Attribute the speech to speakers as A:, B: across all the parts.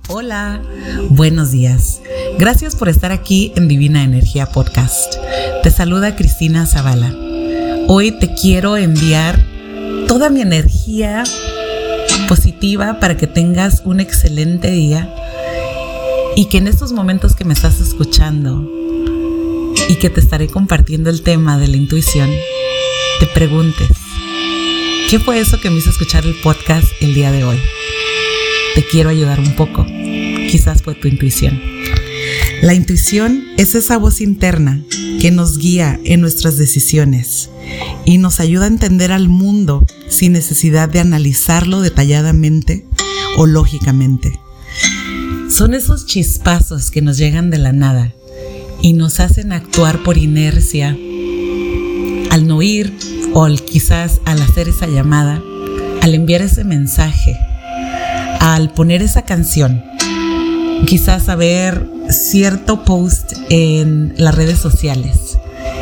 A: Hola, buenos días. Gracias por estar aquí en Divina Energía Podcast. Te saluda Cristina Zavala. Hoy te quiero enviar toda mi energía positiva para que tengas un excelente día y que en estos momentos que me estás escuchando y que te estaré compartiendo el tema de la intuición, te preguntes, ¿qué fue eso que me hizo escuchar el podcast el día de hoy? Te quiero ayudar un poco. Quizás fue tu intuición. La intuición es esa voz interna que nos guía en nuestras decisiones y nos ayuda a entender al mundo sin necesidad de analizarlo detalladamente o lógicamente. Son esos chispazos que nos llegan de la nada y nos hacen actuar por inercia al no oír o quizás al hacer esa llamada, al enviar ese mensaje, al poner esa canción, quizás a ver cierto post en las redes sociales,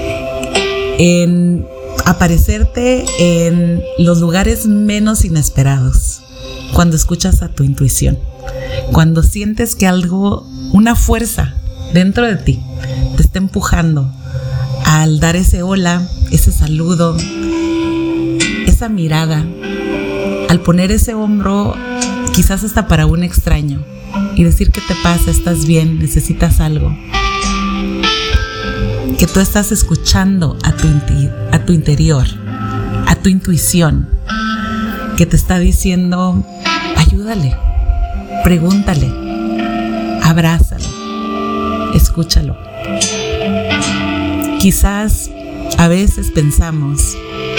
A: en aparecerte en los lugares menos inesperados, cuando escuchas a tu intuición, cuando sientes que algo, una fuerza dentro de ti te está empujando al dar ese hola, ese saludo, esa mirada, al poner ese hombro quizás hasta para un extraño y decir qué te pasa, estás bien, necesitas algo. Que tú estás escuchando a tu interior, a tu intuición, que te está diciendo, ayúdale, pregúntale, abrázalo, escúchalo. Quizás a veces pensamos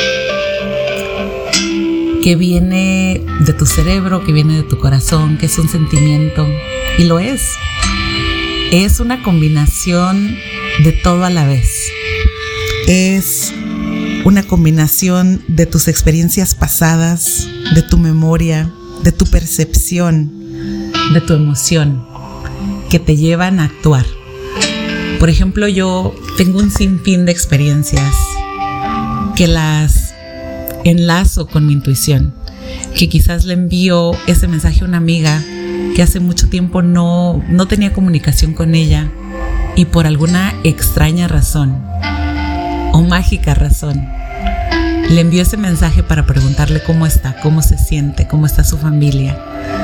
A: que viene de tu cerebro, que viene de tu corazón, que es un sentimiento, y lo es. Es una combinación de todo a la vez. Es una combinación de tus experiencias pasadas, de tu memoria, de tu percepción, de tu emoción, que te llevan a actuar. Por ejemplo, yo tengo un sinfín de experiencias que las enlazo con mi intuición, que quizás le envío ese mensaje a una amiga que hace mucho tiempo no tenía comunicación con ella y por alguna extraña razón o mágica razón le envío ese mensaje para preguntarle cómo está, cómo se siente, cómo está su familia,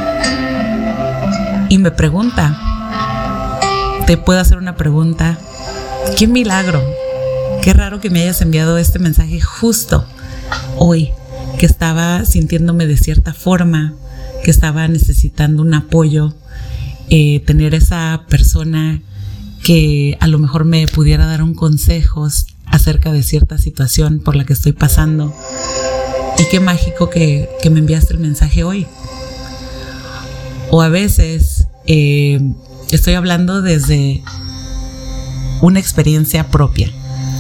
A: y me pregunta, te puedo hacer una pregunta, qué milagro, qué raro que me hayas enviado este mensaje justo hoy, que estaba sintiéndome de cierta forma, que estaba necesitando un apoyo, tener esa persona que a lo mejor me pudiera dar un consejo acerca de cierta situación por la que estoy pasando. Y qué mágico que me enviaste el mensaje hoy. O a veces estoy hablando desde una experiencia propia,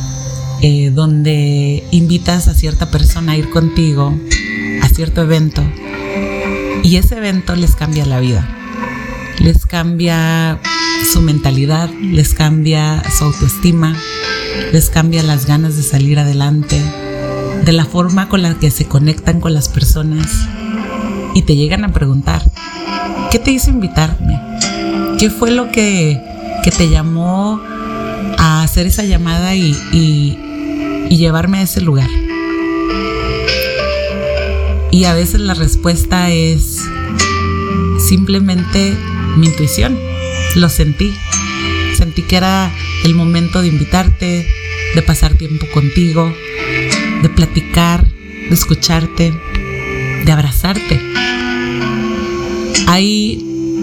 A: donde invitas a cierta persona a ir contigo a cierto evento y ese evento les cambia la vida, les cambia su mentalidad, les cambia su autoestima, les cambia las ganas de salir adelante, de la forma con la que se conectan con las personas y te llegan a preguntar, ¿qué te hizo invitarme? ¿Qué fue lo que te llamó a hacer esa llamada y llevarme a ese lugar? Y a veces la respuesta es simplemente mi intuición. Lo sentí que era el momento de invitarte, de pasar tiempo contigo, de platicar, de escucharte, de abrazarte. Hay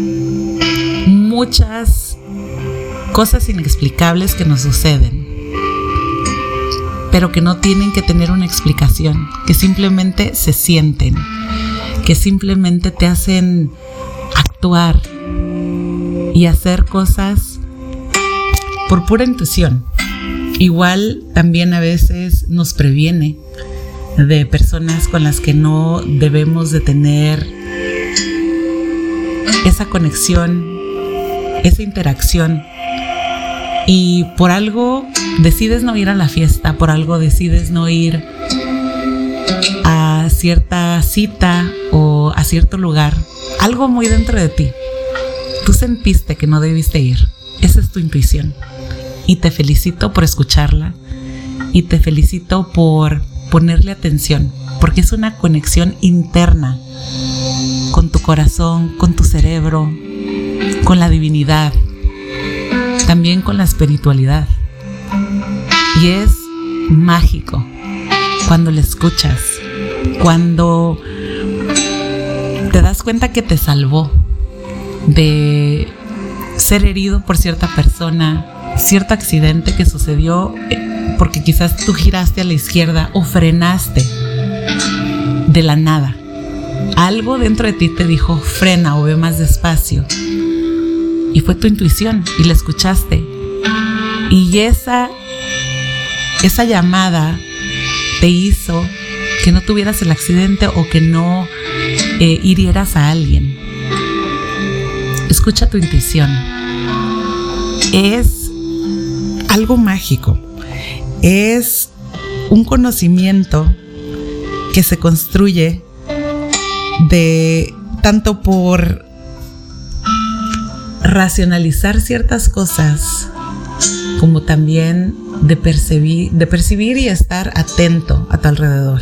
A: muchas cosas inexplicables que nos suceden, pero que no tienen que tener una explicación, que simplemente se sienten, que simplemente te hacen actuar y hacer cosas por pura intuición. Igual también a veces nos previene de personas con las que no debemos de tener esa conexión, esa interacción. Y por algo decides no ir a la fiesta, por algo decides no ir a cierta cita o a cierto lugar, algo muy dentro de ti tú sentiste que no debiste ir. Esa es tu intuición. Y te felicito por escucharla. Y te felicito por ponerle atención. Porque es una conexión interna con tu corazón, con tu cerebro, con la divinidad, también con la espiritualidad. Y es mágico cuando le escuchas, cuando te das cuenta que te salvó de ser herido por cierta persona, cierto accidente que sucedió porque quizás tú giraste a la izquierda o frenaste de la nada. Algo dentro de ti te dijo frena o ve más despacio, y fue tu intuición y la escuchaste, y esa llamada te hizo que no tuvieras el accidente o que no hirieras a alguien. Escucha tu intuición. Es algo mágico. Es un conocimiento que se construye de tanto por racionalizar ciertas cosas como también de percibir y estar atento a tu alrededor.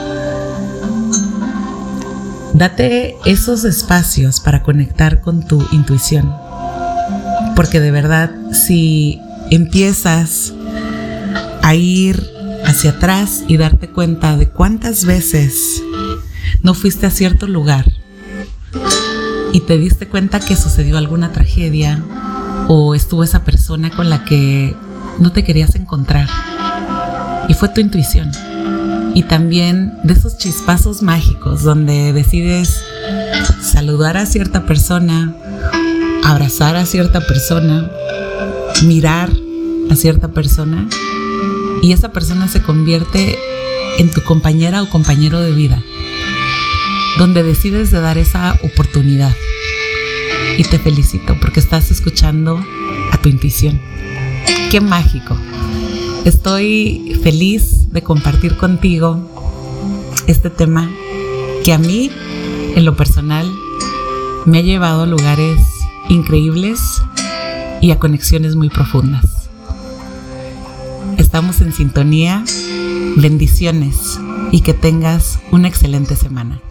A: Date esos espacios para conectar con tu intuición, porque de verdad, si empiezas a ir hacia atrás y darte cuenta de cuántas veces no fuiste a cierto lugar y te diste cuenta que sucedió alguna tragedia o estuvo esa persona con la que no te querías encontrar y fue tu intuición. Y también de esos chispazos mágicos donde decides saludar a cierta persona, abrazar a cierta persona, mirar a cierta persona, y esa persona se convierte en tu compañera o compañero de vida, donde decides de dar esa oportunidad. Y te felicito porque estás escuchando a tu intuición. ¡Qué mágico! Estoy feliz de compartir contigo este tema que a mí, en lo personal, me ha llevado a lugares increíbles y a conexiones muy profundas. Estamos en sintonía. Bendiciones y que tengas una excelente semana.